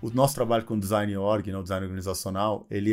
o nosso trabalho com design org, né, o design organizacional, ele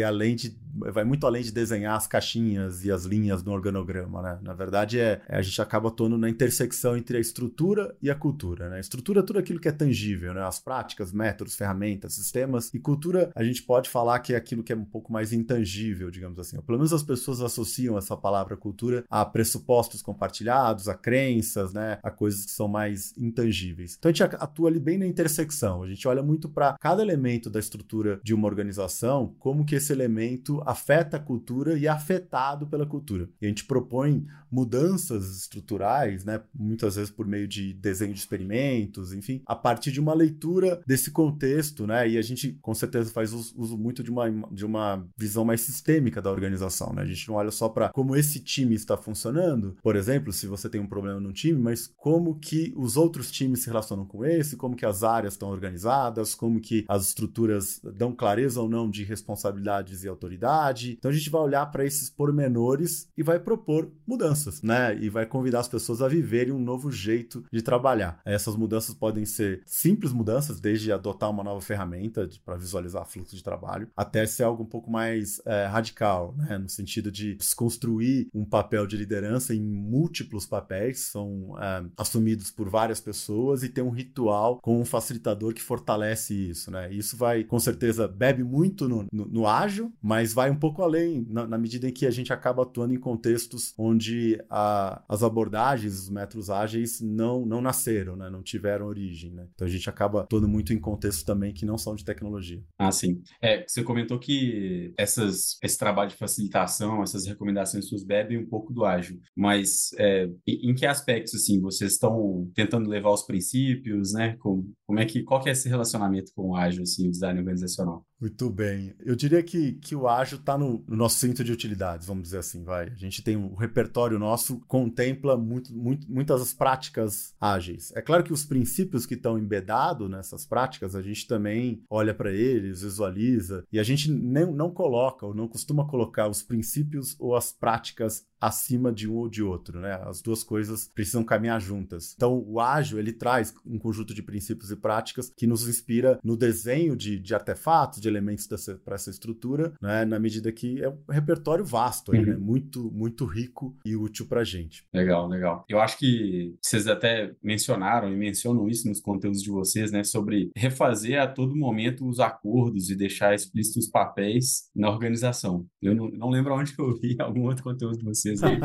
vai muito além de desenhar as caixinhas e as linhas no organograma, né? Na verdade, a gente acaba atuando na intersecção entre a estrutura e a cultura, né? Estrutura é tudo aquilo que é tangível, né? As práticas, métodos, ferramentas, sistemas. E cultura, a gente pode falar que é aquilo que é um pouco mais intangível, digamos assim. Ou pelo menos as pessoas associam essa palavra cultura a pressupostos compartilhados, a crenças, né? A coisas que são mais intangíveis. Então, a gente atua ali bem na intersecção. A gente olha muito para cada elemento da estrutura de uma organização, como que esse elemento afeta a cultura e é afetado pela cultura. E a gente propõe mudanças estruturais, né? Muitas vezes por meio de desenho de experimentos, enfim, a partir de uma leitura desse contexto, né? E a gente, com certeza, faz uso muito de uma visão mais sistêmica da organização, né? A gente não olha só para como esse time está funcionando, por exemplo, se você tem um problema num time, mas como que os outros times se relacionam com esse, como que as áreas estão organizadas, como que as estruturas dão clareza ou não de responsabilidades e autoridade. Então a gente vai olhar para esses pormenores e vai propor mudanças, né? E vai convidar as pessoas a viverem um novo jeito de trabalhar. Essas mudanças podem ser simples mudanças, desde adotar uma nova ferramenta para visualizar fluxo de trabalho, até ser algo um pouco mais radical, né? No sentido de desconstruir um papel de liderança em múltiplos papéis, são assumidos por várias pessoas e ter um ritual com um facilitador que fortalece isso, né? Isso vai, com certeza, bebe muito no ágil, mas vai um pouco além, na medida em que a gente acaba atuando em contextos onde as abordagens, os métodos ágeis não nasceram, né? Não tiveram origem, né? Então a gente acaba atuando muito em contextos também que não são de tecnologia. Ah, sim. Você comentou que esse trabalho de facilitação, essas recomendações suas bebem um pouco do ágil, mas em que aspectos, assim, vocês estão tentando levar os princípios, né? Qual que é esse relacionamento com o ágil, assim, o design organizacional? Muito bem. Eu diria que o ágil está no nosso centro de utilidades, vamos dizer assim, vai. A gente tem o repertório nosso, contempla muitas práticas ágeis. É claro que os princípios que estão embedados nessas práticas, a gente também olha para eles, visualiza, e a gente não coloca, ou não costuma colocar os princípios ou as práticas acima de um ou de outro, né? As duas coisas precisam caminhar juntas. Então, o ágil, ele traz um conjunto de princípios e práticas que nos inspira no desenho de artefatos, de elementos para essa estrutura, né? Na medida que é um repertório vasto aí, né? Muito, muito rico e útil para a gente. Legal, legal. Eu acho que vocês até mencionaram e mencionam isso nos conteúdos de vocês, né? Sobre refazer a todo momento os acordos e deixar explícitos os papéis na organização. Eu não lembro onde que eu vi algum outro conteúdo de vocês aí,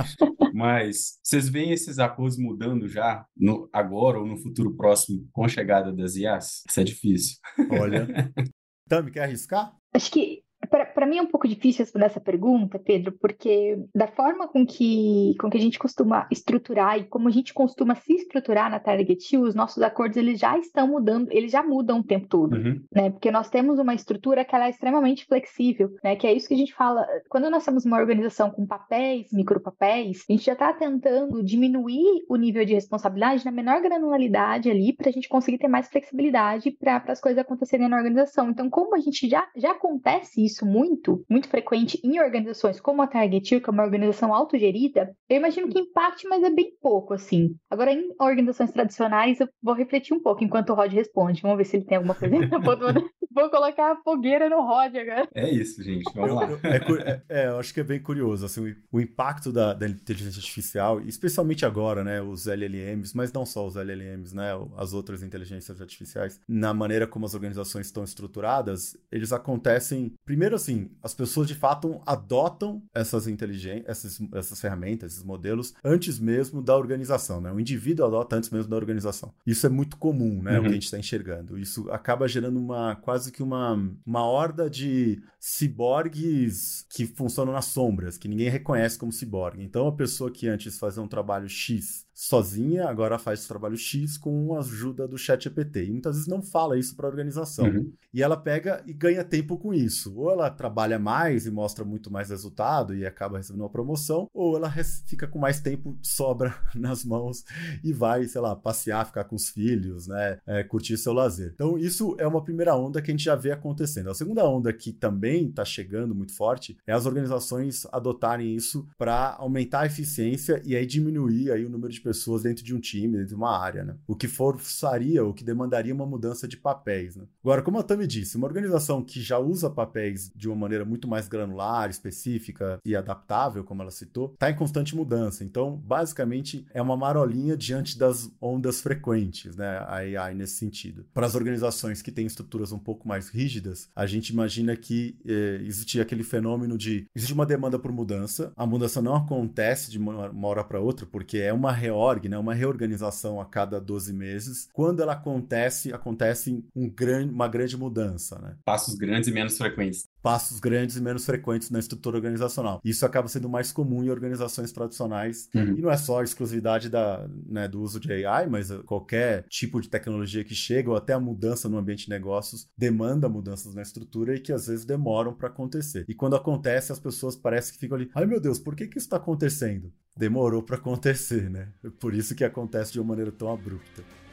mas vocês veem esses acordos mudando já agora ou no futuro próximo com a chegada das IAs? Isso é difícil. Olha, Tami, quer arriscar? Acho que para mim é um pouco difícil responder essa pergunta, Pedro, porque da forma com que a gente costuma estruturar e como a gente costuma se estruturar na Target, os nossos acordos eles já estão mudando, eles já mudam o tempo todo, né? Porque nós temos uma estrutura que ela é extremamente flexível, né? Que é isso que a gente fala, quando nós temos uma organização com papéis, micropapéis, a gente já está tentando diminuir o nível de responsabilidade na menor granularidade ali para a gente conseguir ter mais flexibilidade para as coisas acontecerem na organização. Então, como a gente já acontece isso muito frequente em organizações como a Target, que é uma organização autogerida, eu imagino que impacte, mas é bem pouco, assim. Agora, em organizações tradicionais, eu vou refletir um pouco enquanto o Rod responde. Vamos ver se ele tem alguma coisa. Vou colocar a fogueira no Rod agora. É isso, gente. Vamos lá. Eu acho que é bem curioso, assim, o impacto da inteligência artificial, especialmente agora, né, os LLMs, mas não só os LLMs, né, as outras inteligências artificiais, na maneira como as organizações estão estruturadas, eles acontecem, primeiro assim, as pessoas de fato adotam essas ferramentas, esses modelos, antes mesmo da organização, né, o indivíduo adota antes mesmo da organização. Isso é muito comum, né, o que a gente está enxergando. Isso acaba gerando quase que uma horda de ciborgues que funcionam nas sombras, que ninguém reconhece como ciborgue. Então, a pessoa que antes fazia um trabalho X sozinha, agora faz o trabalho X com a ajuda do ChatGPT. E muitas vezes não fala isso para a organização. E ela pega e ganha tempo com isso. Ou ela trabalha mais e mostra muito mais resultado e acaba recebendo uma promoção, ou ela fica com mais tempo, sobra nas mãos e vai, sei lá, passear, ficar com os filhos, né? Curtir seu lazer. Então, isso é uma primeira onda que a gente já vê acontecendo. A segunda onda que também está chegando muito forte é as organizações adotarem isso para aumentar a eficiência e aí diminuir aí o número de pessoas dentro de um time, dentro de uma área, né? O que forçaria, o que demandaria uma mudança de papéis, né? Agora, como a Tami disse, uma organização que já usa papéis de uma maneira muito mais granular, específica e adaptável, como ela citou, está em constante mudança. Então, basicamente, é uma marolinha diante das ondas frequentes, né? A AI nesse sentido. Para as organizações que têm estruturas um pouco mais rígidas, a gente imagina que existe aquele fenômeno de... Existe uma demanda por mudança, a mudança não acontece de uma hora para outra, porque é uma reorg, né? Uma reorganização a cada 12 meses. Quando ela acontece uma grande mudança, né? Passos grandes e menos frequentes. Passos grandes e menos frequentes na estrutura organizacional. Isso acaba sendo mais comum em organizações tradicionais. E não é só a exclusividade do uso de AI, mas qualquer tipo de tecnologia que chega, ou até a mudança no ambiente de negócios, demanda mudanças na estrutura e que às vezes demoram para acontecer. E quando acontece, as pessoas parecem que ficam ali, ai meu Deus, por que isso está acontecendo? Demorou para acontecer, né? Por isso que acontece de uma maneira tão abrupta.